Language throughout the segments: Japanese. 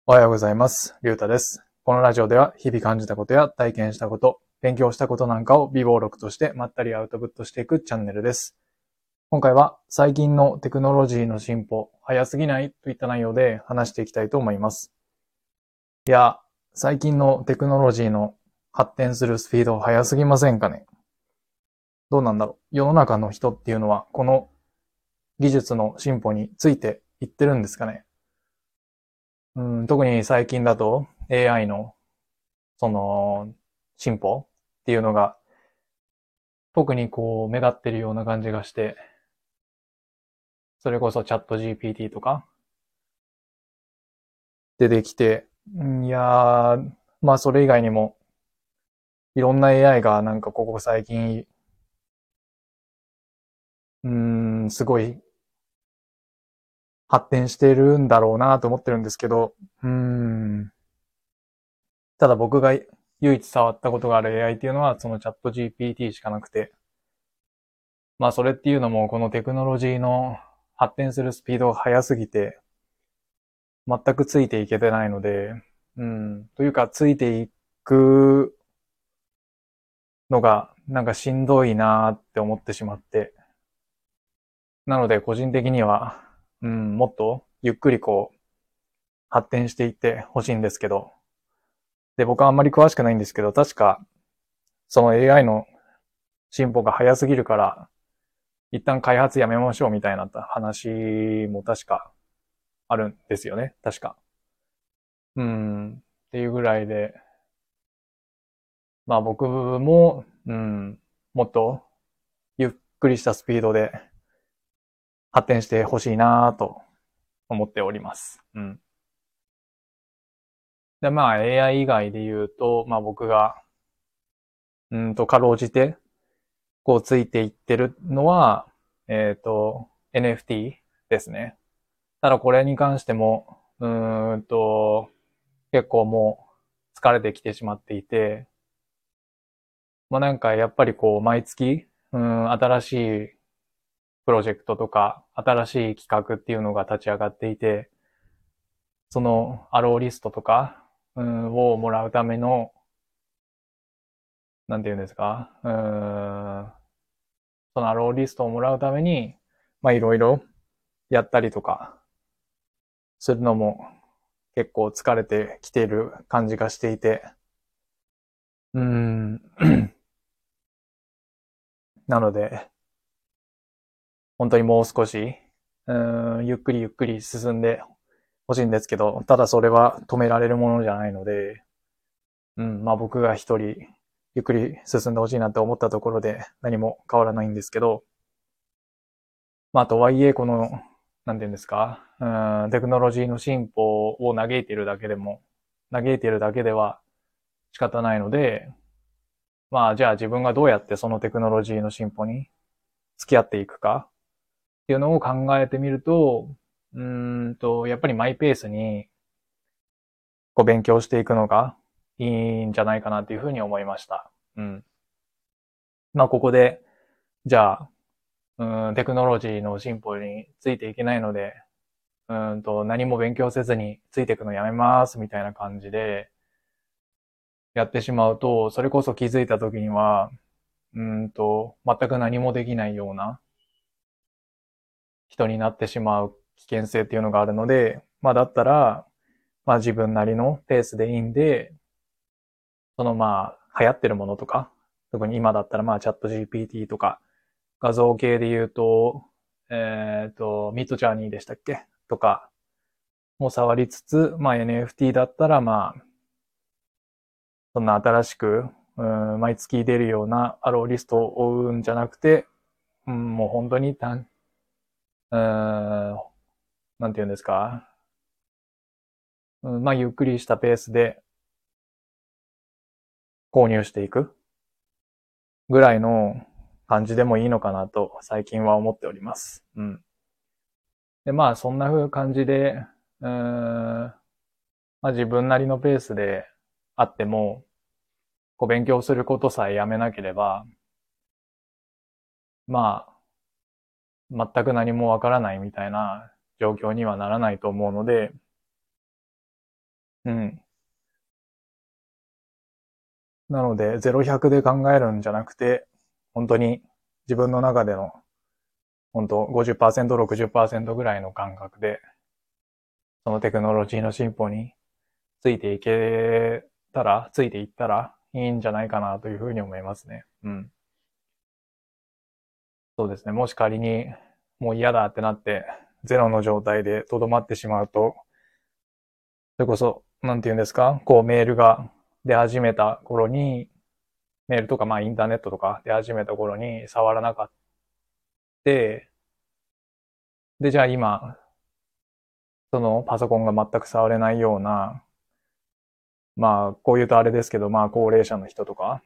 おはようございます。りゅうたです。このラジオでは日々感じたことや体験したこと、勉強したことなんかを微暴録としてまったりアウトプットしていくチャンネルです。今回は最近のテクノロジーの進歩、早すぎないといった内容で話していきたいと思います。いや、最近のテクノロジーの発展するスピード早すぎませんかね。どうなんだろう。世の中の人っていうのはこの技術の進歩についていってるんですかね。特に最近だと AI のその進歩っていうのが特にこう目立ってるような感じがして、それこそチャット GPT とか出てきて、いやー、まあそれ以外にもいろんな AI がなんかここ最近、すごい発展してるんだろうなと思ってるんですけど、ただ僕が唯一触ったことがある AI っていうのはそのチャット GPT しかなくて、まあそれっていうのもこのテクノロジーの発展するスピードが速すぎて、全くついていけてないので、というかついていくのがなんかしんどいなーって思ってしまって、なので個人的には、もっとゆっくりこう発展していってほしいんですけど、で、僕はあんまり詳しくないんですけど、確かその AI の進歩が早すぎるから、一旦開発やめましょうみたいな話も確かあるんですよね。確か。っていうぐらいで、まあ僕も、もっとゆっくりしたスピードで発展してほしいなと思っております。で、まあ AI 以外で言うと、まあ僕が、かろうじて、こうついていってるのは、NFT ですね。ただこれに関しても、結構もう疲れてきてしまっていて、まあなんかやっぱりこう毎月、新しいプロジェクトとか、新しい企画っていうのが立ち上がっていて、そのアローリストとか、をもらうための、なんていうんですか、そのアローリストをもらうために、まあいろいろやったりとかするのも結構疲れてきている感じがしていて、うーん、なので、本当にもう少し、ゆっくりゆっくり進んでほしいんですけど、ただそれは止められるものじゃないので、まあ僕が一人ゆっくり進んでほしいなって思ったところで何も変わらないんですけど、まあとはいえこの、なんていうんですか、テクノロジーの進歩を嘆いているだけでも、嘆いているだけでは仕方ないので、まあじゃあ自分がどうやってそのテクノロジーの進歩に付き合っていくかっていうのを考えてみると、やっぱりマイペースにこう勉強していくのがいいんじゃないかなっていうふうに思いました。まあここで、じゃあ、テクノロジーの進歩についていけないので、何も勉強せずについていくのやめますみたいな感じでやってしまうと、それこそ気づいた時には、全く何もできないような人になってしまう危険性っていうのがあるので、まあだったら、まあ自分なりのペースでいいんで、そのまあ流行ってるものとか、特に今だったらまあチャット GPT とか、画像系で言うと、ミッドジャーニーでしたっけとかも触りつつ、まあ NFT だったらまあ、そんな新しく、毎月出るようなアローリストを追うんじゃなくて、もう本当になんて言うんですか、まあゆっくりしたペースで購入していくぐらいの感じでもいいのかなと最近は思っております。で、まあそんな風感じで、まあ自分なりのペースであっても、こう勉強することさえやめなければ、まあ全く何もわからないみたいな状況にはならないと思うので、 うん。なので、0、100で考えるんじゃなくて、本当に自分の中での、本当50%、60%ぐらいの感覚で、そのテクノロジーの進歩についていったらいいんじゃないかなというふうに思いますね。うん。そうですね。もし仮にもう嫌だってなって、ゼロの状態で留まってしまうと、それこそ、なんて言うんですか、こうメールが出始めた頃に、メールとかまあインターネットとか出始めた頃に触らなかった。で、じゃあ今、そのパソコンが全く触れないような、まあ、こう言うとあれですけど、まあ、高齢者の人とか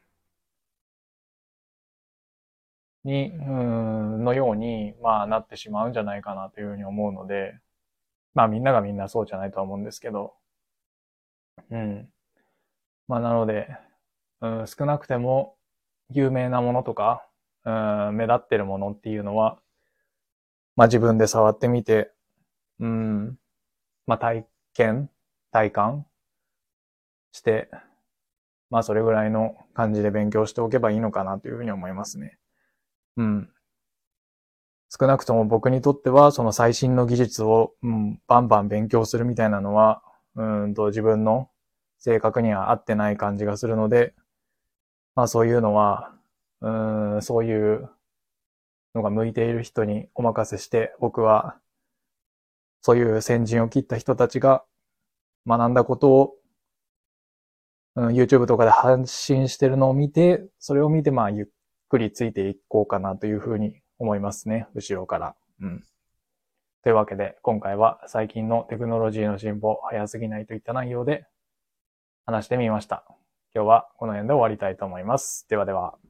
のように、まあ、なってしまうんじゃないかなというふうに思うので、まあ、みんながみんなそうじゃないとは思うんですけど、うん。まあ、なので、少なくても、有名なものとか、目立ってるものっていうのは、まあ、自分で触ってみて、うん、まあ、験、体感して、まあ、それぐらいの感じで勉強しておけばいいのかなというふうに思いますね。うん。少なくとも僕にとっては、その最新の技術を、バンバン勉強するみたいなのは、自分の性格には合ってない感じがするので、まあそういうのは、そういうのが向いている人にお任せして、僕はそういう先陣を切った人たちが学んだことを、YouTube とかで発信してるのを見て、それを見てまあゆっくりついていこうかなというふうに思いますね、後ろから。うん。というわけで、今回は最近のテクノロジーの進歩早すぎないといった内容で話してみました。今日はこの辺で終わりたいと思います。ではでは。